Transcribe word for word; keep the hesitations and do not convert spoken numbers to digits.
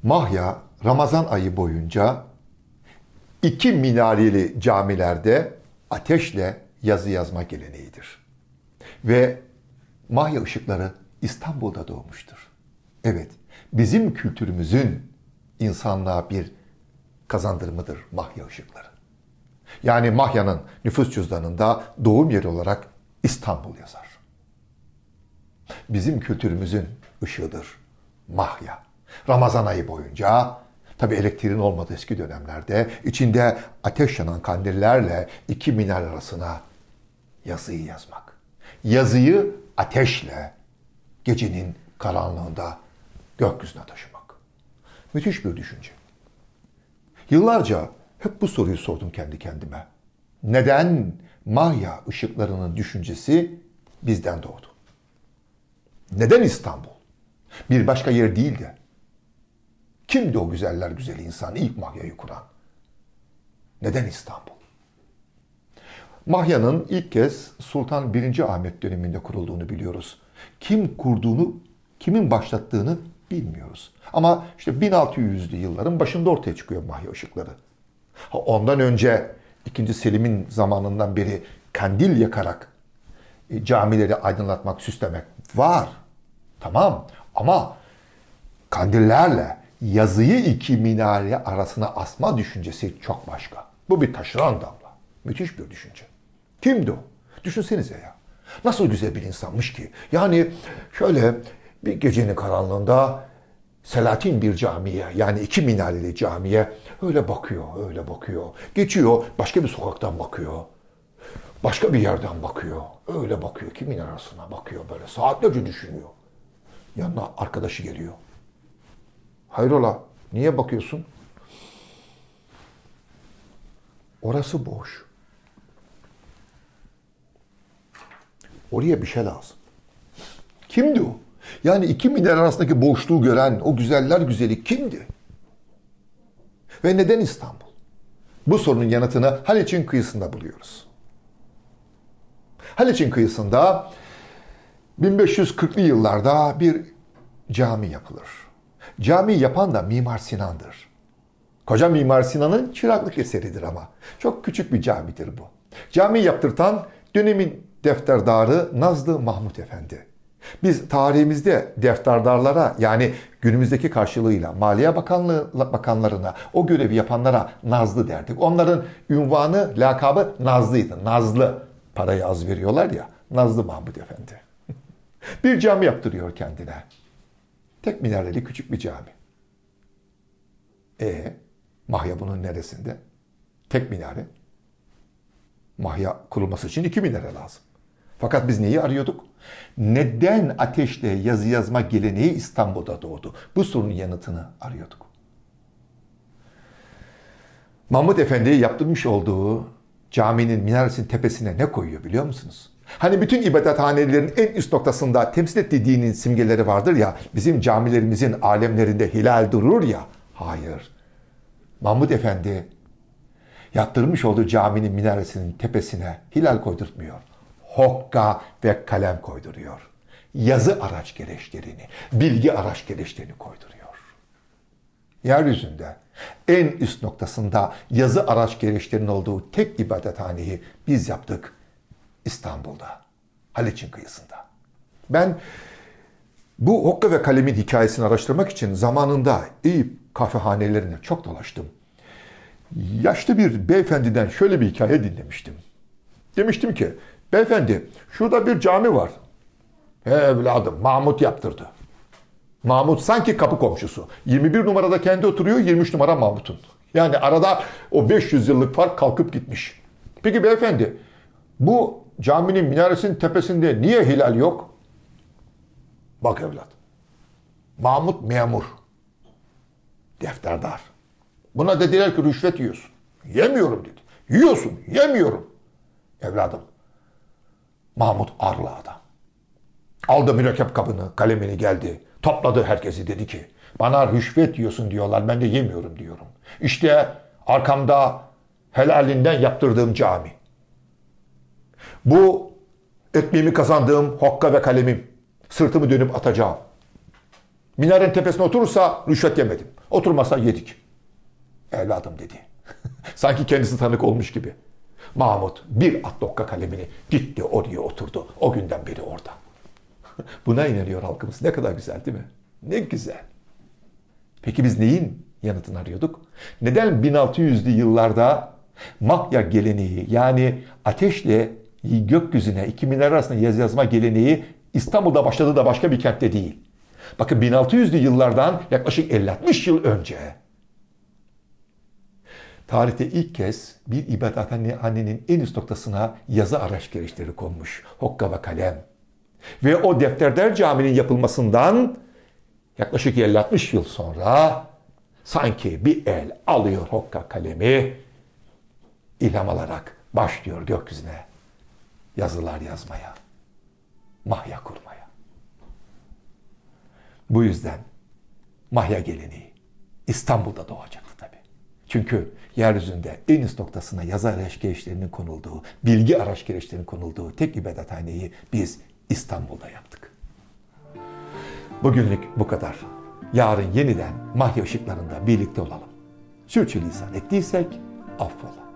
Mahya Ramazan ayı boyunca iki minareli camilerde ateşle yazı yazma geleneğidir. Ve Mahya ışıkları İstanbul'da doğmuştur. Evet, bizim kültürümüzün insanlığa bir kazandırımıdır Mahya ışıkları. Yani Mahya'nın nüfus cüzdanında doğum yeri olarak İstanbul yazar. Bizim kültürümüzün ışığıdır Mahya. Ramazan ayı boyunca, tabi elektriğin olmadığı eski dönemlerde, içinde ateş yanan kandillerle iki minare arasına yazıyı yazmak. Yazıyı ateşle gecenin karanlığında gökyüzüne taşımak. Müthiş bir düşünce. Yıllarca hep bu soruyu sordum kendi kendime. Neden Mahya ışıklarının düşüncesi bizden doğdu? Neden İstanbul? Bir başka yer değildi. Kimdi o güzeller güzeli insan, ilk Mahya'yı kuran? Neden İstanbul? Mahya'nın ilk kez Sultan birinci. Ahmet döneminde kurulduğunu biliyoruz. Kim kurduğunu, kimin başlattığını bilmiyoruz. Ama işte bin altı yüzlü yılların başında ortaya çıkıyor Mahya ışıkları. Ondan önce ikinci. Selim'in zamanından beri kandil yakarak camileri aydınlatmak, süslemek var. Tamam, ama kandillerle yazıyı iki minare arasına asma düşüncesi çok başka. Bu bir taşıran damla. Müthiş bir düşünce. Kimdi o? Düşünsenize ya. Nasıl güzel bir insanmış ki. Yani şöyle bir gecenin karanlığında Selahattin bir camiye, yani iki minareli camiye öyle bakıyor, öyle bakıyor. Geçiyor, başka bir sokaktan bakıyor. Başka bir yerden bakıyor. Öyle bakıyor, iki minare arasına bakıyor böyle. Saatlerce düşünüyor. Yanına arkadaşı geliyor. Hayrola, niye bakıyorsun? Orası boş. Oraya bir şey lazım. Kimdi o? Yani iki minare arasındaki boşluğu gören o güzeller güzeli kimdi? Ve neden İstanbul? Bu sorunun yanıtını Haliç'in kıyısında buluyoruz. Haliç'in kıyısında bin beş yüz kırklı yıllarda bir cami yapılır. Cami yapan da Mimar Sinan'dır. Koca Mimar Sinan'ın çıraklık eseridir ama. Çok küçük bir camidir bu. Cami yaptırtan dönemin defterdarı Nazlı Mahmut Efendi. Biz tarihimizde defterdarlara, yani günümüzdeki karşılığıyla Maliye Bakanlığı bakanlarına, o görevi yapanlara Nazlı derdik. Onların ünvanı, lakabı Nazlı'ydı. Nazlı. Parayı az veriyorlar ya. Nazlı Mahmut Efendi. Bir cami yaptırıyor kendine. Tek minareli küçük bir cami. E Mahya bunun neresinde? Tek minare. Mahya kurulması için iki minare lazım. Fakat biz neyi arıyorduk? Neden ateşle yazı yazma geleneği İstanbul'da doğdu? Bu sorunun yanıtını arıyorduk. Mahmut Efendi yaptırmış olduğu caminin minaresinin tepesine ne koyuyor biliyor musunuz? Hani bütün ibadethanelerin en üst noktasında temsil ettiği dinin simgeleri vardır ya, bizim camilerimizin alemlerinde hilal durur ya. Hayır. Mahmut Efendi yaptırmış olduğu caminin minaresinin tepesine hilal koydurtmuyor. Hokka ve kalem koyduruyor. Yazı araç gereçlerini, bilgi araç gereçlerini koyduruyor. Yeryüzünde en üst noktasında yazı araç gereçlerinin olduğu tek ibadethaneyi biz yaptık İstanbul'da, Haliç'in kıyısında. Ben bu hokka ve kalemin hikayesini araştırmak için zamanında Eyüp kahvehanelerine çok dolaştım. Yaşlı bir beyefendiden şöyle bir hikaye dinlemiştim. Demiştim ki, beyefendi şurada bir cami var. He evladım, Mahmut yaptırdı. Mahmut sanki kapı komşusu. yirmi bir numarada kendi oturuyor, yirmi üç numara Mahmut'un. Yani arada o beş yüz yıllık fark kalkıp gitmiş. Peki beyefendi, bu caminin minaresinin tepesinde niye hilal yok? Bak evlat, Mahmut memur, defterdar. Buna dediler ki rüşvet yiyorsun. Yemiyorum dedi. Yiyorsun, yemiyorum. Evladım, Mahmut arlı adam. Aldı mürekkep kabını, kalemini geldi. Topladı herkesi, dedi ki bana rüşvet yiyorsun diyorlar, ben de yemiyorum diyorum. İşte arkamda helalinden yaptırdığım cami. Bu ekmeğimi kazandığım hokka ve kalemim. Sırtımı dönüp atacağım. Minarenin tepesine oturursa rüşvet yemedim. Oturmasa yedik. Evladım dedi. Sanki kendisi tanık olmuş gibi. Mahmut bir attı okka kalemini. Gitti oraya oturdu. O günden beri orada. Buna inanıyor halkımız. Ne kadar güzel değil mi? Ne güzel. Peki biz neyin yanıtını arıyorduk? Neden bin altı yüzlü yıllarda Mahya geleneği, yani ateşle gökyüzüne iki minare arasında yazı yazma geleneği İstanbul'da başladı da başka bir kentte değil? Bakın bin altı yüzlü yıllardan yaklaşık elli altmış yıl önce tarihte ilk kez bir ibadethanenin en üst noktasına yazı araç gereçleri konmuş. Hokka ve kalem. Ve o Defterdar Camii'nin yapılmasından yaklaşık elli altmış yıl sonra sanki bir el alıyor hokka kalemi, ilham alarak başlıyor gökyüzüne yazılar yazmaya, mahya kurmaya. Bu yüzden mahya geleneği İstanbul'da doğacaktı tabii. Çünkü yeryüzünde en üst noktasına yazı araç gereçlerinin konulduğu, bilgi araç gereçlerinin konulduğu tek ibadethaneyi biz İstanbul'da yaptık. Bugünlük bu kadar. Yarın yeniden mahya ışıklarında birlikte olalım. Sürçülisan ettiysek affola.